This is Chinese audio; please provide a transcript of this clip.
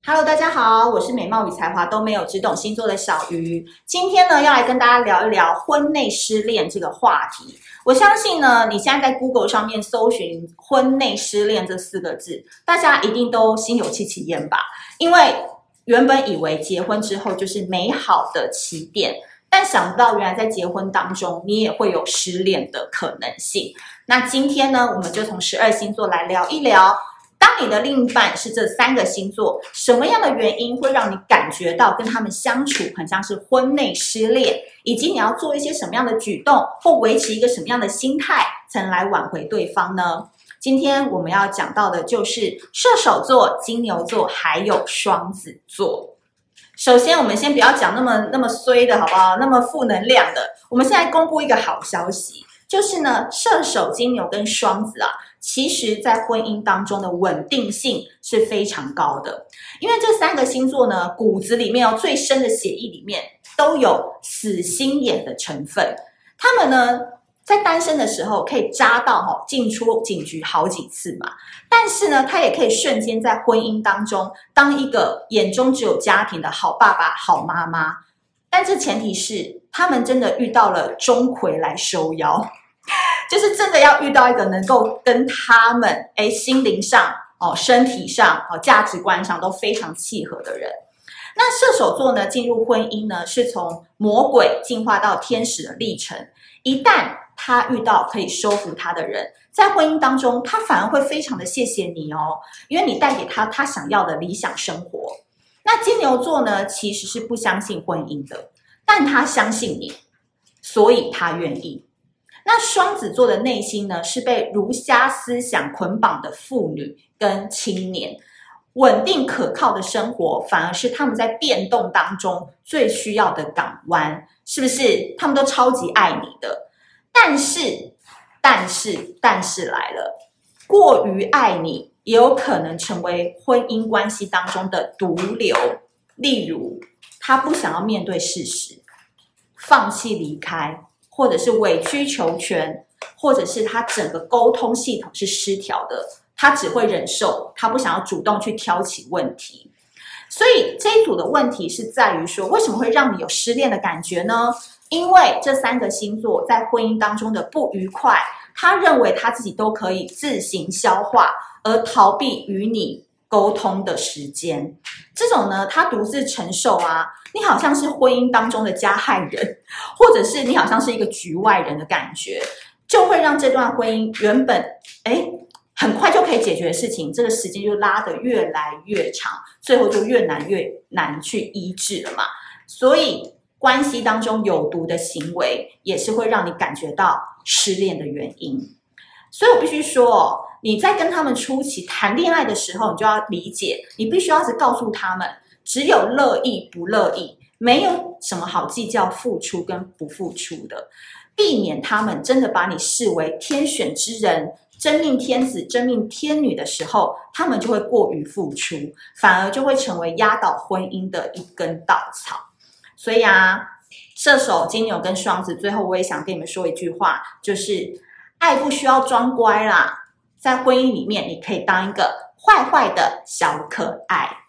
Hello， 大家好，我是美貌与才华都没有，只懂星座的小鱼。今天呢，要来跟大家聊一聊婚内失恋这个话题。我相信呢，你现在在 Google 上面搜寻婚内失恋这4个字，大家一定都心有戚戚焉吧？因为原本以为结婚之后就是美好的起点，但想不到原来在结婚当中，你也会有失恋的可能性。那今天呢，我们就从12星座来聊一聊。当你的另一半是这3个星座，什么样的原因会让你感觉到跟他们相处很像是婚内失恋，以及你要做一些什么样的举动，或维持一个什么样的心态，才能来挽回对方呢？今天我们要讲到的就是射手座、金牛座还有双子座。首先，我们先不要讲那么衰的好不好？那么负能量的。我们现在公布一个好消息，就是呢，射手、金牛跟双子啊，其实在婚姻当中的稳定性是非常高的。因为这3个星座呢，骨子里面最深的血液里面都有死心眼的成分。他们呢，在单身的时候可以扎到进出警局好几次嘛，但是呢，他也可以瞬间在婚姻当中当一个眼中只有家庭的好爸爸、好妈妈。但这前提是他们真的遇到了钟馗来收妖，就是真的要遇到一个能够跟他们心灵上、身体上、价值观上都非常契合的人。那射手座呢，进入婚姻呢，是从魔鬼进化到天使的历程。一旦他遇到可以收服他的人，在婚姻当中，他反而会非常的谢谢你哦，因为你带给他想要的理想生活。那金牛座呢，其实是不相信婚姻的，但他相信你，所以他愿意。那双子座的内心呢，是被儒家思想捆绑的妇女跟青年，稳定可靠的生活反而是他们在变动当中最需要的港湾，是不是？他们都超级爱你的，但是来了，过于爱你也有可能成为婚姻关系当中的毒瘤。例如，他不想要面对事实，放弃离开，或者是委曲求全，或者是他整个沟通系统是失调的，他只会忍受，他不想要主动去挑起问题。所以这一组的问题是在于说，为什么会让你有失恋的感觉呢？因为这3个星座在婚姻当中的不愉快，他认为他自己都可以自行消化，而逃避与你沟通的时间。这种呢，他独自承受啊，你好像是婚姻当中的加害人，或者是你好像是一个局外人的感觉，就会让这段婚姻原本很快就可以解决的事情，这个时间就拉得越来越长，最后就越难去医治了嘛。所以关系当中有毒的行为也是会让你感觉到失恋的原因。所以我必须说你在跟他们初期谈恋爱的时候，你就要理解，你必须要是告诉他们，只有乐意不乐意，没有什么好计较付出跟不付出的，避免他们真的把你视为天选之人、真命天子、真命天女的时候，他们就会过于付出，反而就会成为压倒婚姻的一根稻草。所以射手、金牛跟双子，最后我也想跟你们说一句话，就是爱不需要装乖啦，在婚姻里面你可以当一个坏坏的小可爱。